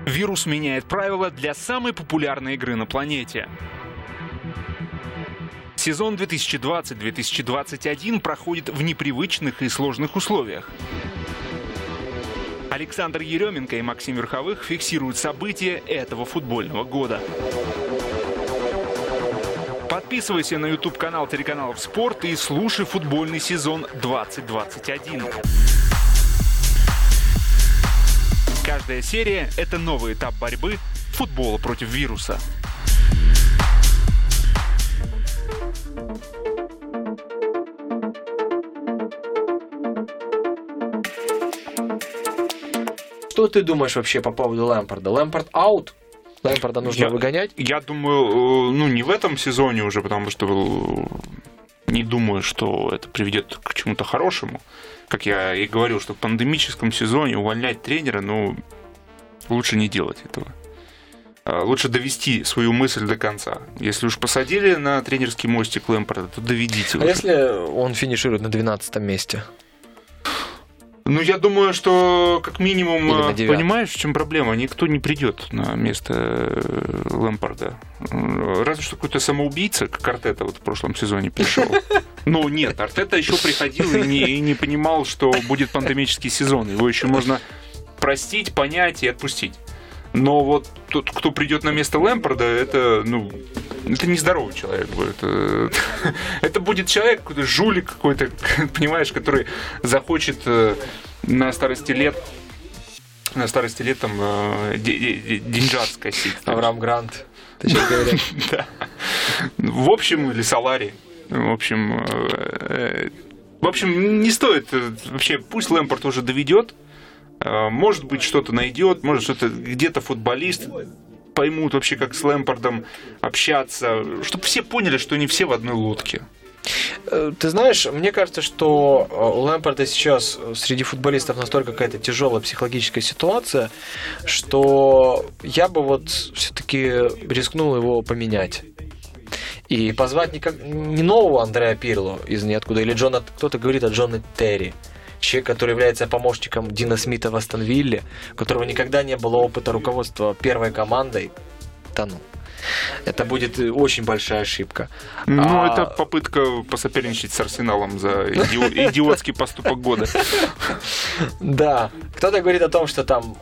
Вирус меняет правила для самой популярной игры на планете. Сезон 2020-2021 проходит в непривычных и сложных условиях. Александр Еременко и Максим Верховых фиксируют события этого футбольного года. Подписывайся на YouTube-канал телеканалов «Спорт» и слушай футбольный сезон 2021. Каждая серия – это новый этап борьбы футбола против вируса. Что ты думаешь вообще по поводу Лэмпарда? Лэмпард аут? Лэмпарда нужно выгонять? Я думаю, не в этом сезоне уже, потому что не думаю, что это приведет к чему-то хорошему. Как я и говорил, что в пандемическом сезоне увольнять тренера, лучше не делать этого. Лучше довести свою мысль до конца. Если уж посадили на тренерский мостик Лэмпарда, то доведите. А если он финиширует на 12-м месте? Я думаю, что как минимум, понимаешь, в чем проблема? Никто не придет на место Лэмпарда. Разве что какой-то самоубийца, как Артета в прошлом сезоне пришел. Но нет, Артета еще приходил и не понимал, что будет пандемический сезон. Его еще можно простить, понять и отпустить. Но вот тот, кто придет на место Лэмпарда, это нездоровый человек будет. Это будет человек, какой-то жулик какой-то, понимаешь, который захочет на старости лет там деньжат скосить. Авраам Грант. Ты что говоришь? Да. В общем, или Солари. В общем, не стоит. Вообще, пусть Лэмпард уже доведет. Может быть, что-то найдет, может, что-то где-то футболисты поймут вообще, как с Лэмпардом общаться, чтобы все поняли, что не все в одной лодке. Ты знаешь, мне кажется, что у Лэмпарда сейчас среди футболистов настолько какая-то тяжелая психологическая ситуация, что я бы все-таки рискнул его поменять. И позвать не нового Андреа Пирло из ниоткуда, или кто-то говорит о Джоне Терри. Человек, который является помощником Дина Смита в Астон Вилле, у которого никогда не было опыта руководства первой командой. Это будет очень большая ошибка. Это попытка посоперничать с Арсеналом за идиотский поступок года. Да. Кто-то говорит о том, что там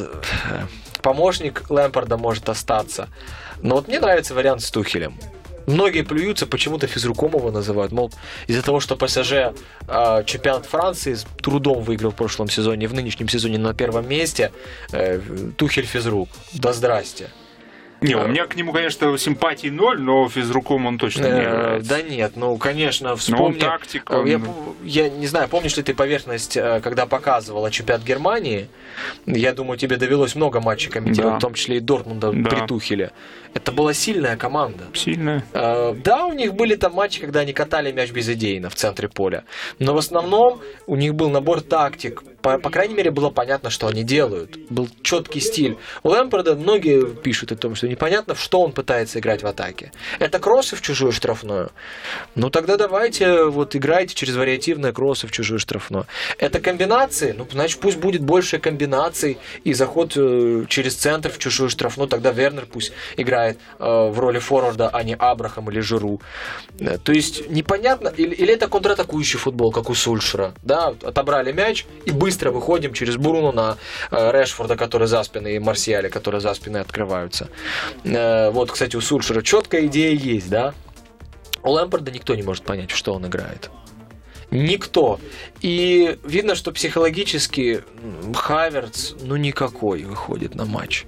помощник Лэмпарда может остаться. Но мне нравится вариант с Тухелем. Многие плюются, почему-то физруком его называют. Мол, из-за того, что ПСЖ чемпионат Франции с трудом выиграл в прошлом сезоне, в нынешнем сезоне на первом месте, Тухель физрук. Да здрасте. У меня к нему, конечно, симпатии 0, но физруком он точно не является. Да нет, конечно, вспомни. Тактик. Я не знаю, помнишь ли ты поверхность, когда показывала чемпионат Германии? Я думаю, тебе довелось много матчей комментировать, в том числе и Дортмунда при Тухеле. Это была сильная команда. Сильная. Да, у них были там матчи, когда они катали мяч безидейно в центре поля. Но в основном у них был набор тактик. По крайней мере, было понятно, что они делают. Был четкий стиль. У Лэмпарда многие пишут о том, что непонятно, в что он пытается играть в атаке. Это кроссы в чужую штрафную? Тогда давайте играйте через вариативные кроссы в чужую штрафную. Это комбинации? Значит, пусть будет больше комбинаций и заход через центр в чужую штрафную. Тогда Вернер пусть играет в роли форварда, а не Абрахам или Жиру. То есть непонятно, или это контратакующий футбол, как у Сульшера. Да, отобрали мяч и быстро выходим через Бруно на Решфорда, который за спиной, и Марсиаля, которые за спиной открываются. Кстати, у Сульшера четкая идея есть, да? У Лэмпарда никто не может понять, что он играет. Никто. И видно, что психологически Хаверц, никакой выходит на матч.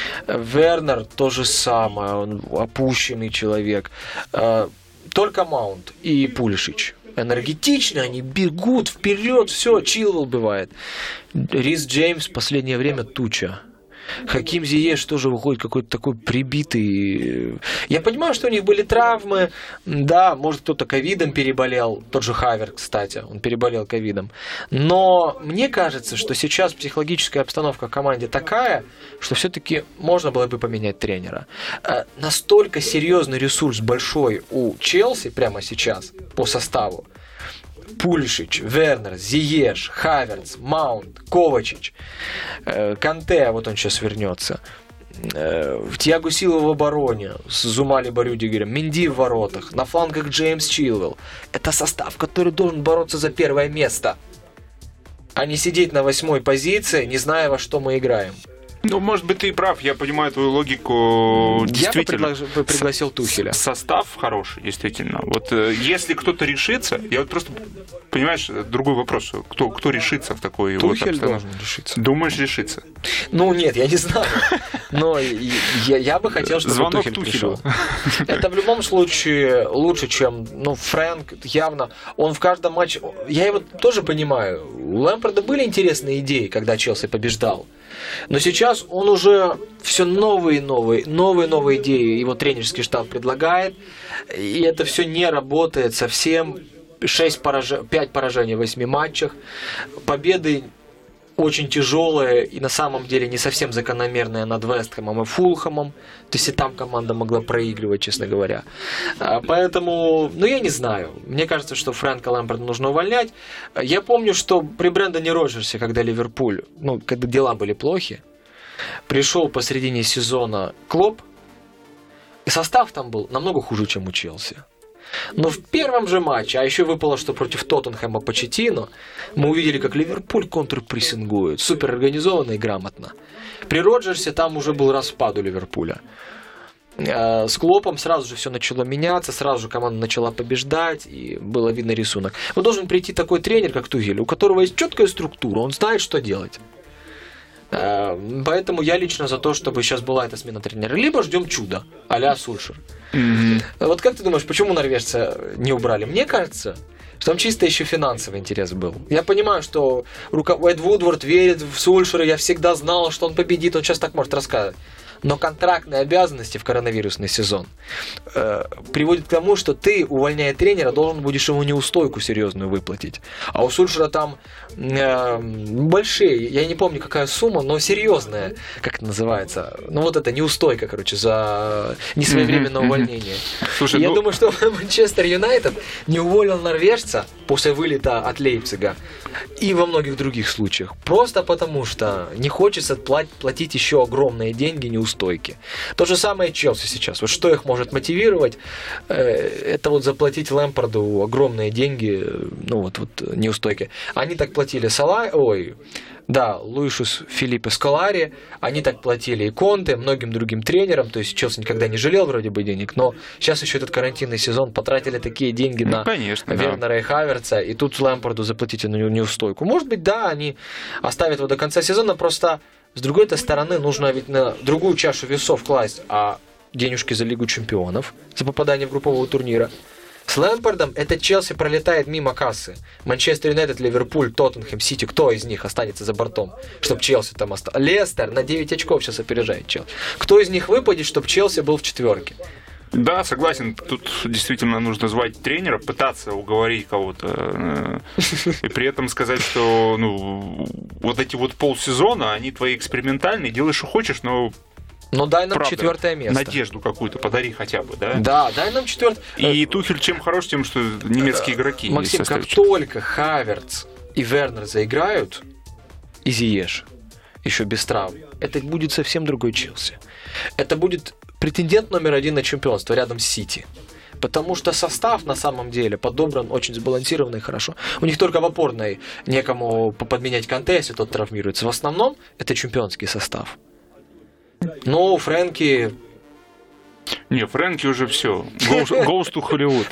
Вернер то же самое, он опущенный человек. Только Маунт и Пулишич энергетичны, они бегут вперед, все, Чилвелл бывает. Рис Джеймс в последнее время туча. Хаким Зиеш тоже выходит какой-то такой прибитый. Я понимаю, что у них были травмы. Да, может, кто-то ковидом переболел. Тот же Хавер, кстати, он переболел ковидом. Но мне кажется, что сейчас психологическая обстановка в команде такая, что все-таки можно было бы поменять тренера. Настолько серьезный ресурс большой у Челси прямо сейчас по составу. Пульшич, Вернер, Зиеш, Хаверц, Маунт, Ковачич, Канте, вот он сейчас вернется, Тиаго Силва в обороне с Зумалиба Рюдигером, Менди в воротах, на флангах Джеймс Чилвелл. Это состав, который должен бороться за первое место, а не сидеть на 8-й позиции, не зная, во что мы играем. Ну, может быть, ты и прав, я понимаю твою логику. Действительно, я бы пригласил Тухеля. Состав хороший, действительно. Вот если кто-то решится, я вот просто, понимаешь, другой вопрос, кто решится в такой Тухель должен решиться. Думаешь, решится? Ну, нет, я не знаю. Но я бы хотел, чтобы звонок Тухель пришел. Это в любом случае лучше, чем, Фрэнк явно, он в каждом матче, я его тоже понимаю, у Лэмпарда были интересные идеи, когда Челси побеждал. Но сейчас он уже все новые идеи его тренерский штаб предлагает, и это все не работает совсем. 5 поражений в 8 матчах, победы очень тяжелые и на самом деле не совсем закономерные над Вест Хэмом и Фулхэмом. То есть и там команда могла проигрывать, честно говоря. Поэтому, я не знаю. Мне кажется, что Фрэнка Лэмпарда нужно увольнять. Я помню, что при Брэндоне Роджерсе, когда Ливерпуль, когда дела были плохи, пришел посредине сезона Клопп, и состав там был намного хуже, чем у Челси. Но в первом же матче, а еще выпало, что против Тоттенхэма Почеттино, мы увидели, как Ливерпуль контрпрессингует, супер организованно и грамотно. При Роджерсе там уже был распад у Ливерпуля. С Клопом сразу же все начало меняться, сразу же команда начала побеждать, и было видно рисунок. Вот должен прийти такой тренер, как Тухель, у которого есть четкая структура, он знает, что делать. Поэтому я лично за то, чтобы сейчас была эта смена тренера. Либо ждем чуда, а-ля Сульшер. Mm-hmm. Вот как ты думаешь, почему норвежца не убрали? Мне кажется, что там чисто еще финансовый интерес был. Я понимаю, что Эд Вудворд верит в Сульшера, я всегда знал, что он победит, он сейчас так может рассказывать. Но контрактные обязанности в коронавирусный сезон приводят к тому, что ты, увольняя тренера, должен будешь ему неустойку серьезную выплатить. А у Сульшера там большие, я не помню какая сумма, но серьезная, как это называется. Вот это неустойка, за несвоевременное увольнение. Слушай, я думаю, что Манчестер Юнайтед не уволил норвежца после вылета от Лейпцига и во многих других случаях. Просто потому, что не хочется платить еще огромные деньги неустойки. То же самое Челси сейчас. Вот что их может мотивировать, это заплатить Лэмпарду огромные деньги, неустойки. Они так платили Луишу Филиппе Сколари, они так платили и Конте, многим другим тренерам, то есть Челси никогда не жалел вроде бы денег, но сейчас еще этот карантинный сезон потратили такие деньги на Вернера и Хаверца, и тут Лэмпарду заплатить неустойку. Может быть, да, они оставят его до конца сезона, просто с другой стороны нужно ведь на другую чашу весов класть, а денежки за Лигу Чемпионов, за попадание в группового турнира. С Лэмпардом этот Челси пролетает мимо кассы. Манчестер Юнайтед, Ливерпуль, Тоттенхэм, Сити. Кто из них останется за бортом, чтобы Челси там остался? Лестер на 9 очков сейчас опережает Челси. Кто из них выпадет, чтобы Челси был в четверке? Да, согласен. Тут действительно нужно звать тренера, пытаться уговорить кого-то. И при этом сказать, что вот эти полсезона, они твои экспериментальные, делай, что хочешь, но... дай нам 4 место. Надежду какую-то подари хотя бы, да? Да, дай нам 4. И Тухель чем хорош, тем, что немецкие игроки. Максим, как только Хаверц и Вернер заиграют, и Зиеш, еще без травм, это будет совсем другой Челси. Это будет претендент номер 1 на чемпионство рядом с Сити. Потому что состав на самом деле подобран очень сбалансированно и хорошо. У них только в опорной некому подменять Канте, если тот травмируется. В основном это чемпионский состав. Но Фрэнки... Не, Фрэнки уже все. Goes to Hollywood.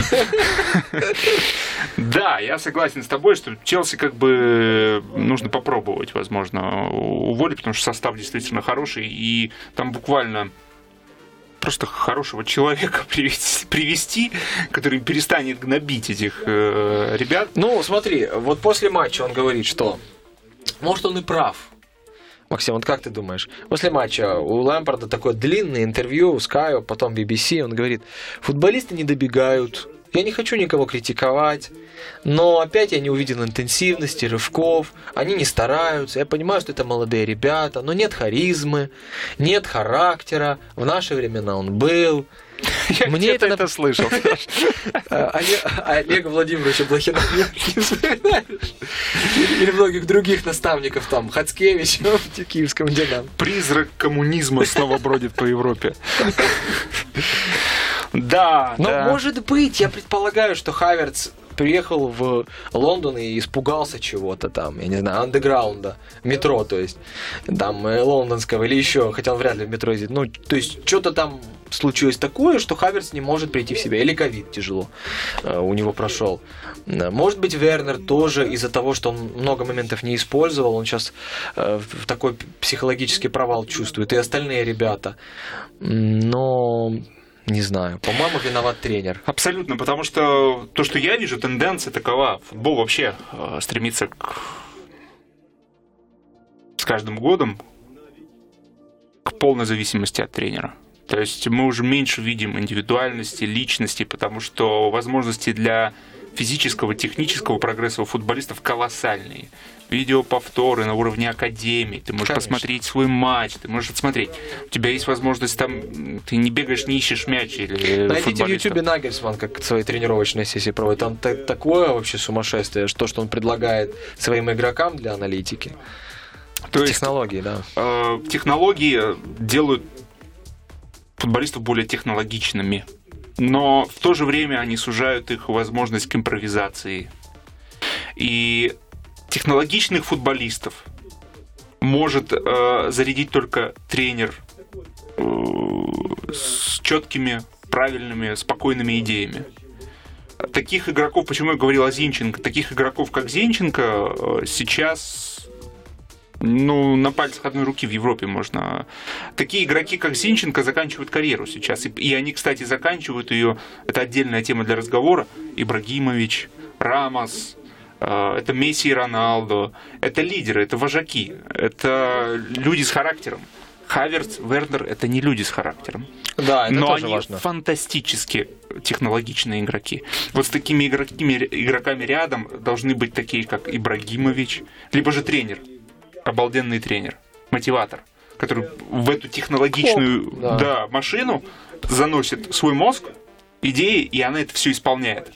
Да, я согласен с тобой, что Челси нужно попробовать, возможно, уволить, потому что состав действительно хороший, и там буквально просто хорошего человека привести, который перестанет гнобить этих ребят. Смотри, вот после матча он говорит, что может он и прав. Максим, вот как ты думаешь? После матча у Лэмпарда такое длинное интервью, Sky, потом BBC, он говорит, футболисты не добегают, я не хочу никого критиковать, но опять я не увидел интенсивности, рывков, они не стараются, я понимаю, что это молодые ребята, но нет харизмы, нет характера, в наши времена он был. Мне это слышал. Олега Владимировича Блохина не вспоминаешь? Или многих других наставников, там, Хацкевича в киевском «Динамо». Призрак коммунизма снова бродит по Европе. Да, но может быть, я предполагаю, что Хаверц приехал в Лондон и испугался чего-то там, я не знаю, андеграунда, метро, то есть, там, лондонского или еще, хотя он вряд ли в метро ездит, ну, то есть, что-то там случилось такое, что Хаверц не может прийти в себя, или ковид тяжело у него прошел. Может быть, Вернер тоже из-за того, что он много моментов не использовал, он сейчас в такой психологический провал чувствует, и остальные ребята, но... Не знаю. По-моему, виноват тренер. Абсолютно, потому что то, что я вижу, тенденция такова. Футбол вообще стремится с каждым годом к полной зависимости от тренера. То есть мы уже меньше видим индивидуальности, личности, потому что возможности для физического, технического прогресса у футболистов колоссальные. Видеоповторы на уровне академии, ты можешь посмотреть свой матч, ты можешь отсмотреть. У тебя есть возможность там, ты не бегаешь, не ищешь мяч или найдите в Ютубе Нагельсман, как свои тренировочные сессии проводит. Там такое вообще сумасшествие, что он предлагает своим игрокам для аналитики. То технологии, да. Технологии делают футболистов более технологичными, но в то же время они сужают их возможность к импровизации. И технологичных футболистов может зарядить только тренер с четкими, правильными, спокойными идеями. Таких игроков, почему я говорил о Зинченко, таких игроков, как Зинченко, сейчас на пальцах одной руки в Европе можно. Такие игроки, как Зинченко, заканчивают карьеру сейчас. И они, кстати, заканчивают ее, это отдельная тема для разговора, Ибрагимович, Рамос, это Месси и Роналдо, это лидеры, это вожаки, это люди с характером. Хаверц, Вернер — это не люди с характером. Да, это но тоже они важно. Фантастически технологичные игроки. Вот с такими игроками рядом должны быть такие, как Ибрагимович, либо же тренер, обалденный тренер, мотиватор, который в эту технологичную машину заносит свой мозг, идеи, и она это все исполняет.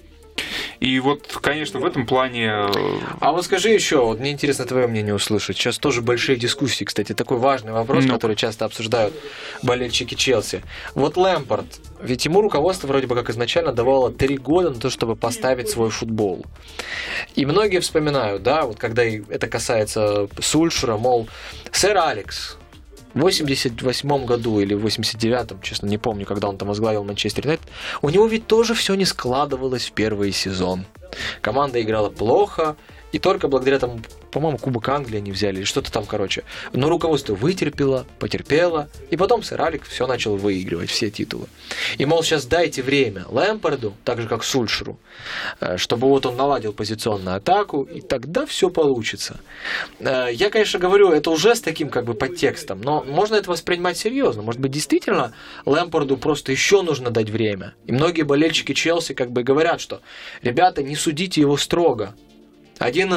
И вот, конечно, в этом плане... А вот скажи еще, вот мне интересно твое мнение услышать. Сейчас тоже большие дискуссии, кстати, такой важный вопрос, который часто обсуждают болельщики Челси. Вот Лэмпард, ведь ему руководство вроде бы как изначально давало 3 года на то, чтобы поставить свой футбол. И многие вспоминают, да, вот когда это касается Сульшера, мол, сэр Алекс... В 88 году или в 89-м, честно, не помню, когда он там возглавил Манчестер Юнайтед, у него ведь тоже все не складывалось в первый сезон. Команда играла плохо, и только благодаря тому, по-моему, Кубок Англии они взяли, или что-то там, короче. Но руководство вытерпело, потерпело, и потом сэр Алекс все начал выигрывать, все титулы. И, мол, сейчас дайте время Лэмпарду, так же, как Сульшеру, чтобы вот он наладил позиционную атаку, и тогда все получится. Я, конечно, говорю, это уже с таким как бы подтекстом, но можно это воспринимать серьезно. Может быть, действительно Лэмпарду просто еще нужно дать время. И многие болельщики Челси как бы говорят, что, ребята, не судите его строго. Один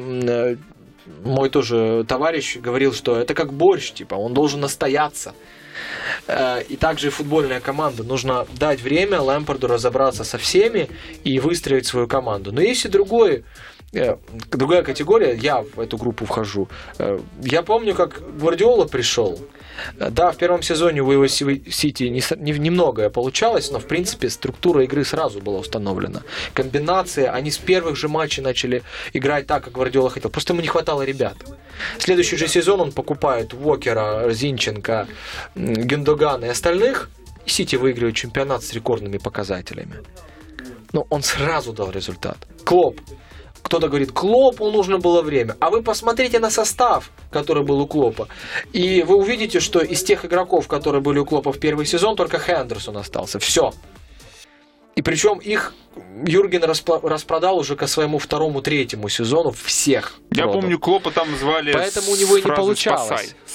мой тоже товарищ говорил, что это как борщ, типа, он должен настояться. И также и футбольная команда. Нужно дать время Лэмпарду разобраться со всеми и выстроить свою команду. Но есть и другая категория, я в эту группу вхожу. Я помню, как Гвардиола пришел. Да, в первом сезоне у его Сити немногое получалось, но в принципе структура игры сразу была установлена. Комбинации, они с первых же матчей начали играть так, как Гвардиола хотел. Просто ему не хватало ребят. Следующий же сезон он покупает Уокера, Зинченко, Гюндогана и остальных, и Сити выигрывает чемпионат с рекордными показателями. Но он сразу дал результат. Клопп. Кто-то говорит, Клоппу нужно было время. А вы посмотрите на состав, который был у Клоппа. И вы увидите, что из тех игроков, которые были у Клоппа в первый сезон, только Хендерсон остался. Все. И причем их Юрген распродал уже ко своему 2-3 сезону всех. Я помню, Клоппа там звали. Поэтому у него и не получалось.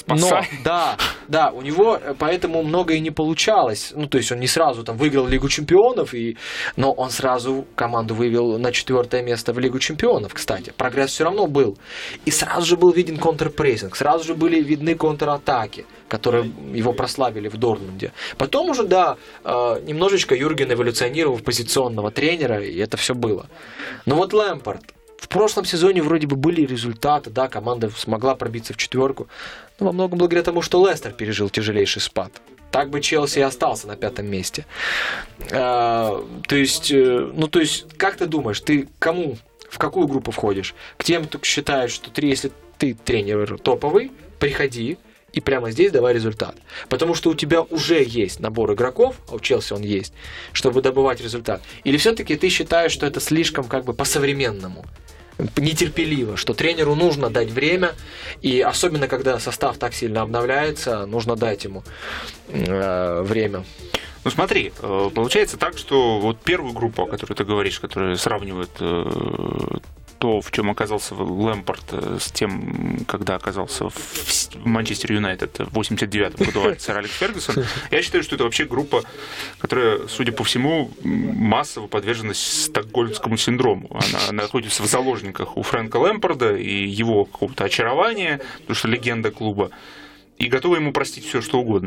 спасай. Но, да, у него поэтому многое не получалось. Ну, то есть он не сразу там выиграл Лигу Чемпионов, но он сразу команду вывел на 4-е место в Лигу Чемпионов, кстати. Прогресс все равно был. И сразу же был виден контрпрессинг, сразу же были видны контратаки, которые его прославили в Дортмунде. Потом уже, немножечко Юрген эволюционировал в позиционного тренера, и это все было. Но вот Лэмпард. В прошлом сезоне вроде бы были результаты, да, команда смогла пробиться в 4, но во многом благодаря тому, что Лестер пережил тяжелейший спад. Так бы Челси и остался на 5-м месте. То есть, как ты думаешь, ты в какую группу входишь? К тем, кто считает, что если ты тренер топовый, приходи и прямо здесь давай результат. Потому что у тебя уже есть набор игроков, а у Челси он есть, чтобы добывать результат. Или все-таки ты считаешь, что это слишком по-современному? Нетерпеливо, что тренеру нужно дать время, и особенно когда состав так сильно обновляется, нужно дать ему время. Ну смотри, получается так, что вот первую группу, о которой ты говоришь, которая сравнивает то, в чем оказался Лэмпард с тем, когда оказался в Манчестер Юнайтед в 89-м году сэр Алекс Фергюсон, я считаю, что это вообще группа, которая, судя по всему, массово подвержена стокгольмскому синдрому. Она находится в заложниках у Фрэнка Лэмпарда и его какого-то очарования, потому что легенда клуба, и готова ему простить все, что угодно.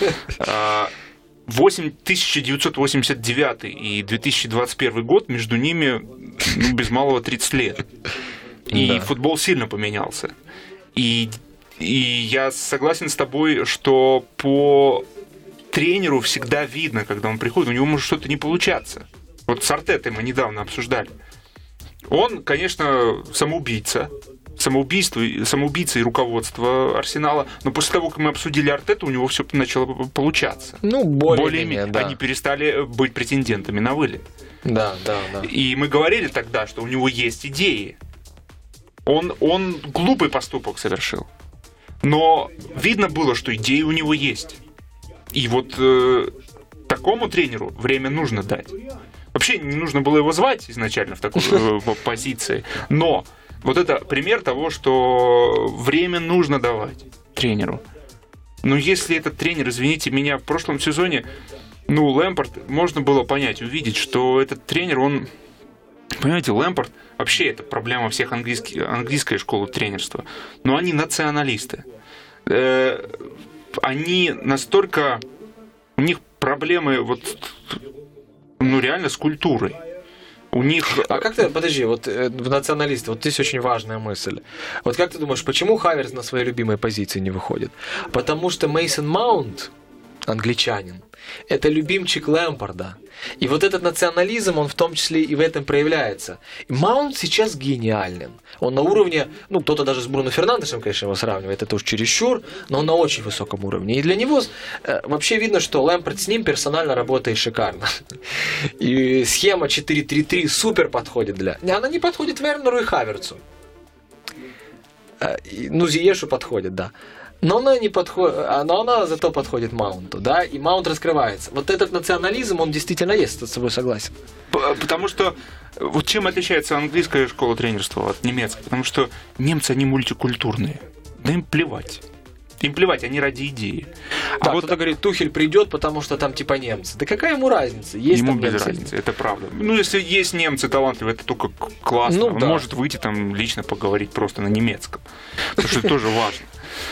1989 и 2021 год, между ними без малого 30 лет. И футбол сильно поменялся. И я согласен с тобой, что по тренеру всегда видно, когда он приходит, у него может что-то не получаться. Вот с Артетой мы недавно обсуждали. Он, конечно, самоубийца и руководство Арсенала, но после того, как мы обсудили Артету, у него все начало получаться. Ну, более-менее, да. Они перестали быть претендентами на вылет. Да. И мы говорили тогда, что у него есть идеи. Он глупый поступок совершил. Но видно было, что идеи у него есть. И вот такому тренеру время нужно дать. Вообще не нужно было его звать изначально в такой позиции, но вот это пример того, что время нужно давать тренеру. Но если этот тренер, извините меня, в прошлом сезоне, Лэмпард, можно было понять, увидеть, что этот тренер, понимаете, Лэмпард, вообще это проблема всех английской школы тренерства, но они националисты. Они настолько, у них проблемы реально с культурой. У них... Подожди, в националисты, здесь очень важная мысль. Вот как ты думаешь, почему Хаверс на своей любимой позиции не выходит? Потому что Мейсон Маунт, англичанин, это любимчик Лэмпарда. И вот этот национализм, он в том числе и в этом проявляется. И Маунт сейчас гениален. Он на уровне, кто-то даже с Бруно Фернандесом, конечно, его сравнивает, это уж чересчур, но он на очень высоком уровне. И для него вообще видно, что Лэмпард с ним персонально работает шикарно. И схема 4-3-3 супер подходит Она не подходит Вернеру и Хаверцу. Зиешу подходит, да. Но она не подходит, но она зато подходит Маунту, да, и Маунт раскрывается. Вот этот национализм, он действительно есть, с тобой согласен. Потому что чем отличается английская школа тренерства от немецкой? Потому что немцы, они мультикультурные, да им плевать. Им плевать, они ради идеи. Да, кто-то говорит, Тухель придет, потому что там типа немцы. Да какая ему разница? Есть ему без разницы, это правда. Если есть немцы талантливые, это только классно. Он может выйти там лично поговорить просто на немецком. Потому что это тоже важно.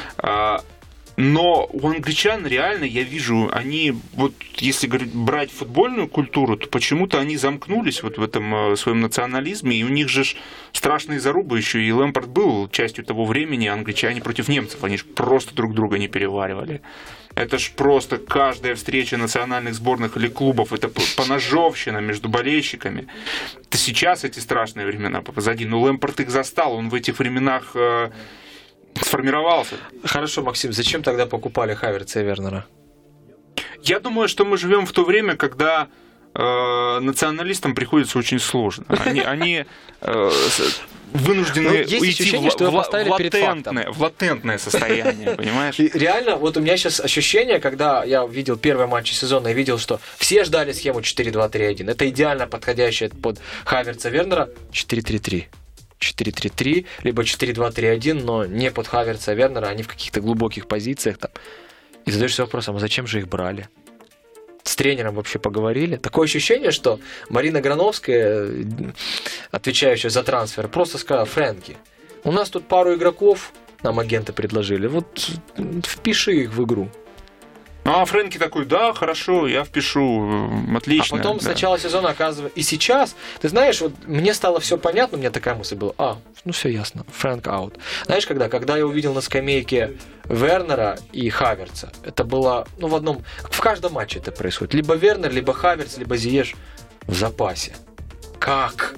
Но у англичан реально, я вижу, они, если брать футбольную культуру, то почему-то они замкнулись в этом своем национализме, и у них же страшные зарубы еще, и Лэмпард был частью того времени, англичане против немцев, они же просто друг друга не переваривали. Это ж просто каждая встреча национальных сборных или клубов, это поножовщина между болельщиками. Это сейчас эти страшные времена позади, но Лэмпард их застал, он в этих временах... сформировался. Хорошо, Максим, зачем тогда покупали Хаверца и Вернера? Я думаю, что мы живем в то время, когда националистам приходится очень сложно. Они вынуждены уйти в латентное состояние, понимаешь? И реально, у меня сейчас ощущение, когда я видел первые матчи сезона, я видел, что все ждали схему 4-2-3-1. Это идеально подходящая под Хаверца Вернера 4-3-3. 4-3-3, либо 4-2-3-1, но не под Хаверца, а Вернера, они в каких-то глубоких позициях там. И задаешься вопросом, а зачем же их брали? С тренером вообще поговорили? Такое ощущение, что Марина Грановская, отвечающая за трансфер, просто сказала: Фрэнки, у нас тут пару игроков, нам агенты предложили, вот впиши их в игру. А Фрэнки такой: да, хорошо, я впишу, отлично. А потом с начала сезона, оказывается, и сейчас, ты знаешь, вот мне стало все понятно, у меня такая мысль была: ну все ясно, Фрэнк аут. Знаешь, когда я увидел на скамейке Вернера и Хаверца, это было, в каждом матче это происходит. Либо Вернер, либо Хаверц, либо Зиеш в запасе. Как?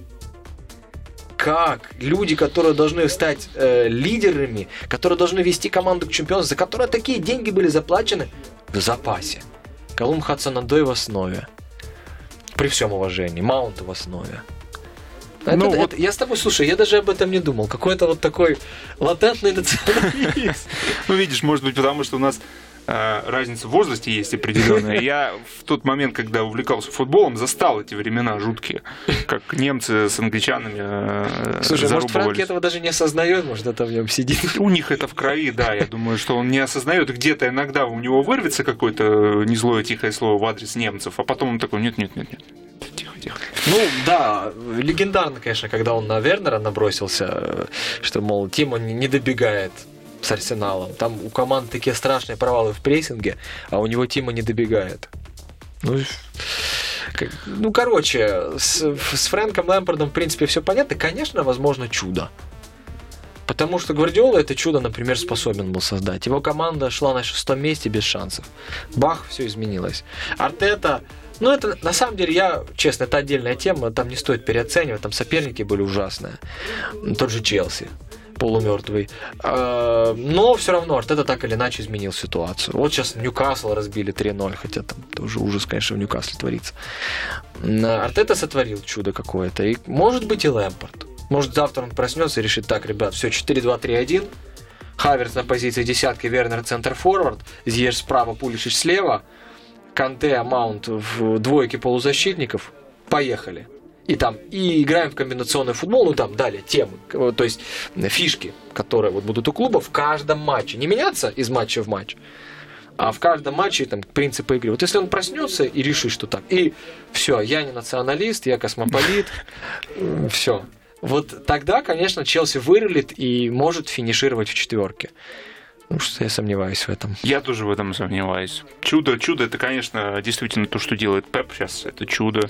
Люди, которые должны стать лидерами, которые должны вести команду к чемпионству, за которые такие деньги были заплачены, в запасе. Калум Хадсон-Одой в основе. При всем уважении. Маунт в основе. Я с тобой, слушай, я даже об этом не думал. Какой-то вот такой латентный националист. Видишь, может быть, потому что у нас разница в возрасте есть определенная. Я в тот момент, когда увлекался футболом, застал эти времена жуткие, как немцы с англичанами. Слушай, может, Фрэнки этого даже не осознает, может, это в нем сидит. У них это в крови, да. Я думаю, что он не осознает. Где-то иногда у него вырвется какое-то незлое тихое слово в адрес немцев, а потом он такой: нет. Тихо. Да, легендарно, конечно, когда он на Вернера набросился, что, мол, Тимо не добегает с Арсеналом. Там у команд такие страшные провалы в прессинге, а у него Тимо не добегает. С Фрэнком Лэмпардом, в принципе, все понятно. Конечно, возможно, чудо. Потому что Гвардиола это чудо, например, способен был создать. Его команда шла на 6-м месте без шансов. Бах, все изменилось. Артета, это, на самом деле, честно, это отдельная тема, там не стоит переоценивать, там соперники были ужасные. Тот же Челси, полумертвый. Но все равно Артета так или иначе изменил ситуацию. Вот сейчас Ньюкасл разбили 3-0, хотя там тоже ужас, конечно, в Ньюкасле творится. Артета сотворил чудо какое-то, и может быть и Лэмпард. Может, завтра он проснется и решит: так, ребят, все, 4-2-3-1, Хаверц на позиции десятки, Вернер центр-форвард, Зиеш справа, Пулишич слева, Канте, Маунт в двойке полузащитников, поехали. И играем в комбинационный футбол, далее темы, то есть фишки, которые будут у клуба в каждом матче. Не меняться из матча в матч, а в каждом матче принципы игры. Вот если он проснется и решит, что так, и все, я не националист, я космополит, все. Вот тогда, конечно, Челси вырулит и может финишировать в четверке. Что я сомневаюсь в этом. Я тоже в этом сомневаюсь. Чудо, это, конечно, действительно то, что делает Пеп сейчас, это чудо.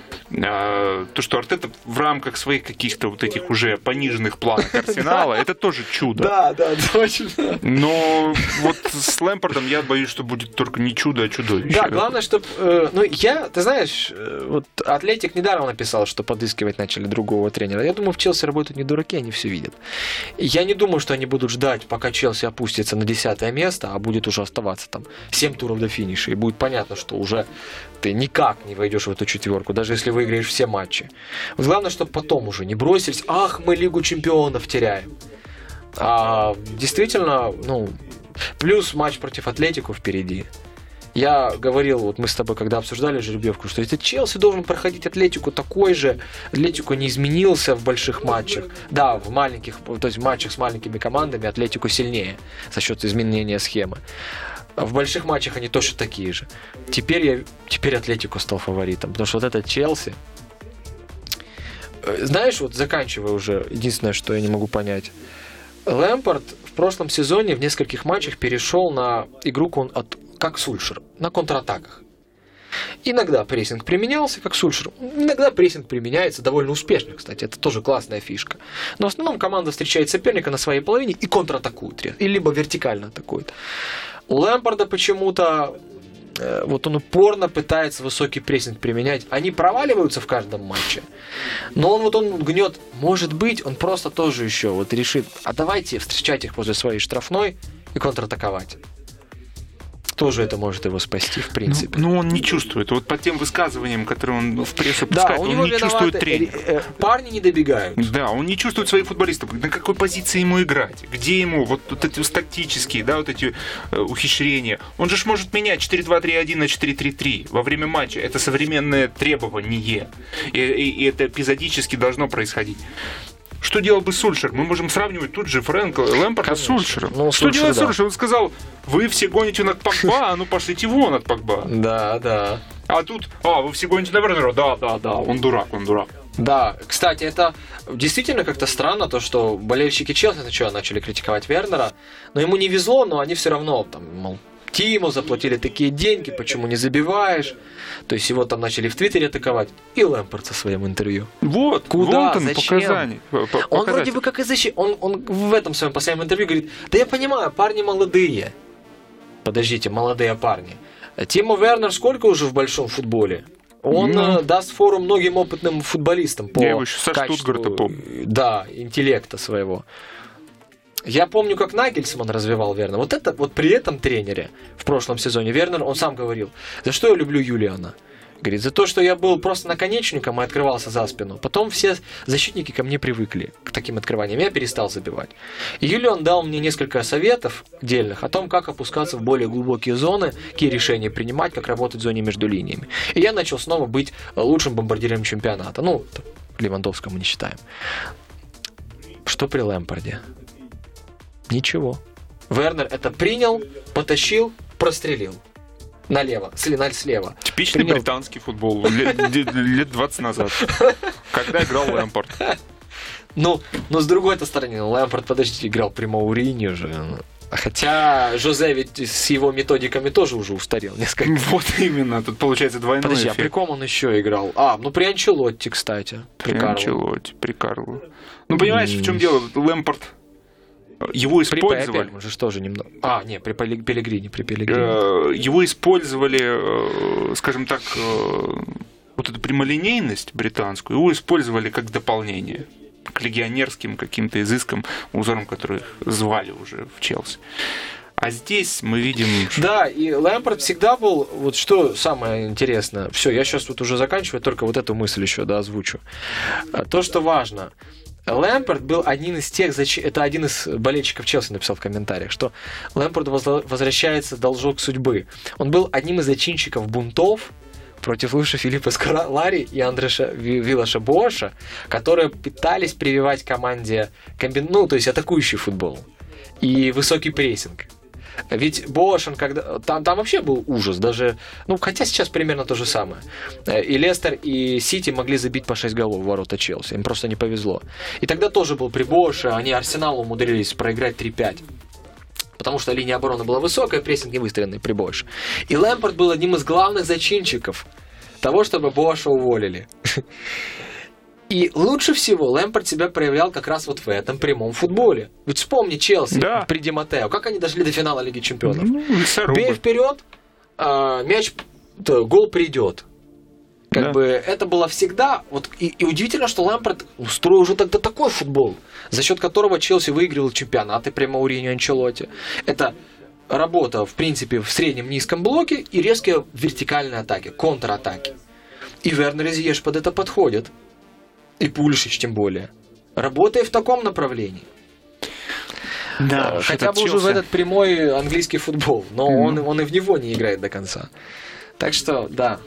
То, что Артета в рамках своих каких-то вот этих уже пониженных планов Арсенала, это тоже чудо. Да, точно. Но вот с Лэмпардом я боюсь, что будет только не чудо, а чудовище. Да, главное, чтобы... ты знаешь, вот Атлетик недаром написал, что подыскивать начали другого тренера. Я думаю, в Челси работают не дураки, они все видят. Я не думаю, что они будут ждать, пока Челси опустится на 10-е место, а будет уже оставаться 7 туров до финиша. И будет понятно, что уже ты никак не войдешь в эту четверку, даже если выиграешь все матчи. Вот главное, чтобы потом уже не бросились: мы Лигу чемпионов теряем. Действительно, плюс матч против Атлетико впереди. Я говорил, мы с тобой когда обсуждали жеребьевку, что это Челси должен проходить Атлетику такой же. Атлетико не изменился в больших матчах. Да, в маленьких, то есть в матчах с маленькими командами Атлетико сильнее за счет изменения схемы. В больших матчах они точно такие же. Теперь Атлетико стал фаворитом, потому что вот этот Челси... Знаешь, заканчивая уже, единственное, что я не могу понять. Лэмпард в прошлом сезоне в нескольких матчах перешел на игру как Сульшер, на контратаках. Иногда прессинг применялся, как Сульшер. Иногда прессинг применяется довольно успешно, кстати. Это тоже классная фишка. Но в основном команда встречает соперника на своей половине и контратакует. И либо вертикально атакует. У Лэмпарда почему-то он упорно пытается высокий прессинг применять. Они проваливаются в каждом матче. Но он гнет. Может быть, он просто тоже еще решит: а давайте встречать их возле своей штрафной и контратаковать. Тоже это может его спасти, в принципе. Он не чувствует. Вот по тем высказываниям, которые он в прессу пускает, он не чувствует тренера. Парни не добегают. Да, он не чувствует своих футболистов. На какой позиции ему играть? Где ему вот эти тактические, эти ухищрения? Он же может менять 4-2-3-1 на 4-3-3 во время матча. Это современное требование. И это эпизодически должно происходить. Что делал бы Сульшер? Мы можем сравнивать тут же Фрэнка Лэмпарда с Сульшером. Ну, что делает Сульшер? Он сказал, вы все гоните над Погба, а ну пошлите вон от Погба. Да. А тут, вы все гоните на Вернера. Да, он дурак. Да, кстати, это действительно как-то странно, то, что болельщики Челси сначала начали критиковать Вернера, но ему не везло, но они все равно, мол, Тиму заплатили такие деньги, почему не забиваешь? То есть его там начали в Твиттере атаковать. И Лэмпард со своим интервью. Куда? Зачем? Показания. Он вроде бы как и защитник. Он в этом своем последнем интервью говорит, да я понимаю, парни молодые. Подождите, молодые парни. Тимо Вернер сколько уже в большом футболе? Он даст фору многим опытным футболистам по качеству, интеллекта своего. Я помню, как Нагельсман развивал Вернера. Вот при этом тренере в прошлом сезоне Вернер, он сам говорил, за что я люблю Юлиана? Говорит, за то, что я был просто наконечником и открывался за спину. Потом все защитники ко мне привыкли к таким открываниям. Я перестал забивать. И Юлиан дал мне несколько советов дельных о том, как опускаться в более глубокие зоны, какие решения принимать, как работать в зоне между линиями. И я начал снова быть лучшим бомбардиром чемпионата. Левандовского мы не считаем. Что при Лэмпарде? Ничего. Вернер это принял, потащил, прострелил. Налево, слева. Типичный британский футбол лет 20 назад, когда играл Лэмпард. Но с другой стороны, Лэмпард, подождите, играл при Мауриньо же. Хотя Жозе ведь с его методиками тоже уже устарел несколько. Вот именно, тут получается двойной эффект. А при ком он еще играл? При Анчелотти, кстати. При Карлу. Понимаешь, в чем дело? Лэмпард его использовали. При же тоже немного. При Пеллегрине. Его использовали, скажем так, вот эту прямолинейность британскую, его использовали как дополнение к легионерским каким-то изыскам, узорам, которых звали уже в Челси. А здесь мы видим... Да, и Лэмпард всегда был... Вот что самое интересное. Все, я сейчас уже заканчиваю, только вот эту мысль еще озвучу. То, что важно... Лэмпард был один из тех, это один из болельщиков Челси написал в комментариях, что Лэмпарду возвращается должок судьбы. Он был одним из зачинщиков бунтов против Луиша Филиппа Сколари и Андреша Виллаша Боша, которые пытались прививать команде то есть атакующий футбол и высокий прессинг. Ведь Бош, там вообще был ужас, даже, хотя сейчас примерно то же самое. И Лестер, и Сити могли забить по 6 голов в ворота Челси, им просто не повезло. И тогда тоже был при Боше, они Арсеналу умудрились проиграть 3-5. Потому что линия обороны была высокая, прессинг не выстроенный при Боше. И Лэмпард был одним из главных зачинщиков того, чтобы Боша уволили. И лучше всего Лэмпард себя проявлял как раз вот в этом прямом футболе. Ведь вспомни Челси при Ди Маттео. Как они дошли до финала Лиги Чемпионов? Бей вперед, гол придет. Это было всегда... И удивительно, что Лэмпард устроил уже тогда такой футбол, за счет которого Челси выигрывал чемпионаты при Мауриньо и Анчелотти. Это работа, в принципе, в среднем низком блоке и резкие вертикальные атаки, контратаки. И Вернер и Зиеш под это подходят. И Пульшич тем более. Работая в таком направлении. Да, хотя бы уже в этот прямой английский футбол. Но он и в него не играет до конца. Так что, да.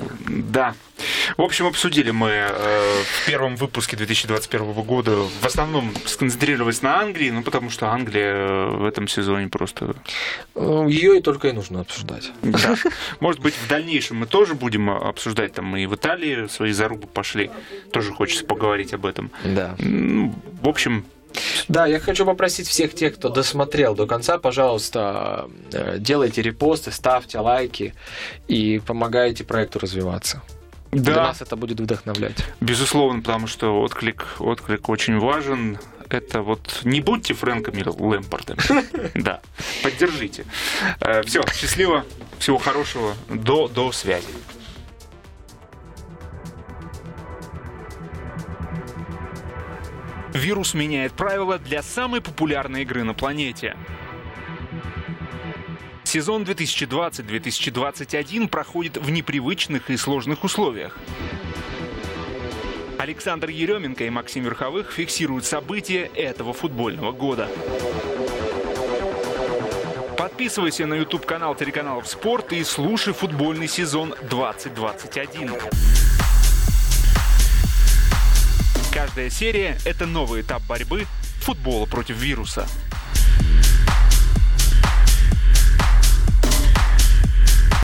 В общем, обсудили мы в первом выпуске 2021 года. В основном сконцентрировались на Англии, потому что Англия в этом сезоне просто... Ее и только и нужно обсуждать. Да. Может быть, в дальнейшем мы тоже будем обсуждать. Там мы и в Италии свои зарубы пошли. Тоже хочется поговорить об этом. Да. В общем... Да, я хочу попросить всех тех, кто досмотрел до конца, пожалуйста, делайте репосты, ставьте лайки и помогайте проекту развиваться. Да. Для нас это будет вдохновлять. Безусловно, потому что отклик очень важен. Это не будьте Фрэнками Лэмпардами. Да, поддержите. Все, счастливо, всего хорошего, до связи. Вирус меняет правила для самой популярной игры на планете. Сезон 2020-2021 проходит в непривычных и сложных условиях. Александр Еременко и Максим Верховых фиксируют события этого футбольного года. Подписывайся на YouTube-канал телеканалов «Спорт» и слушай футбольный сезон 2021. Каждая серия – это новый этап борьбы футбола против вируса.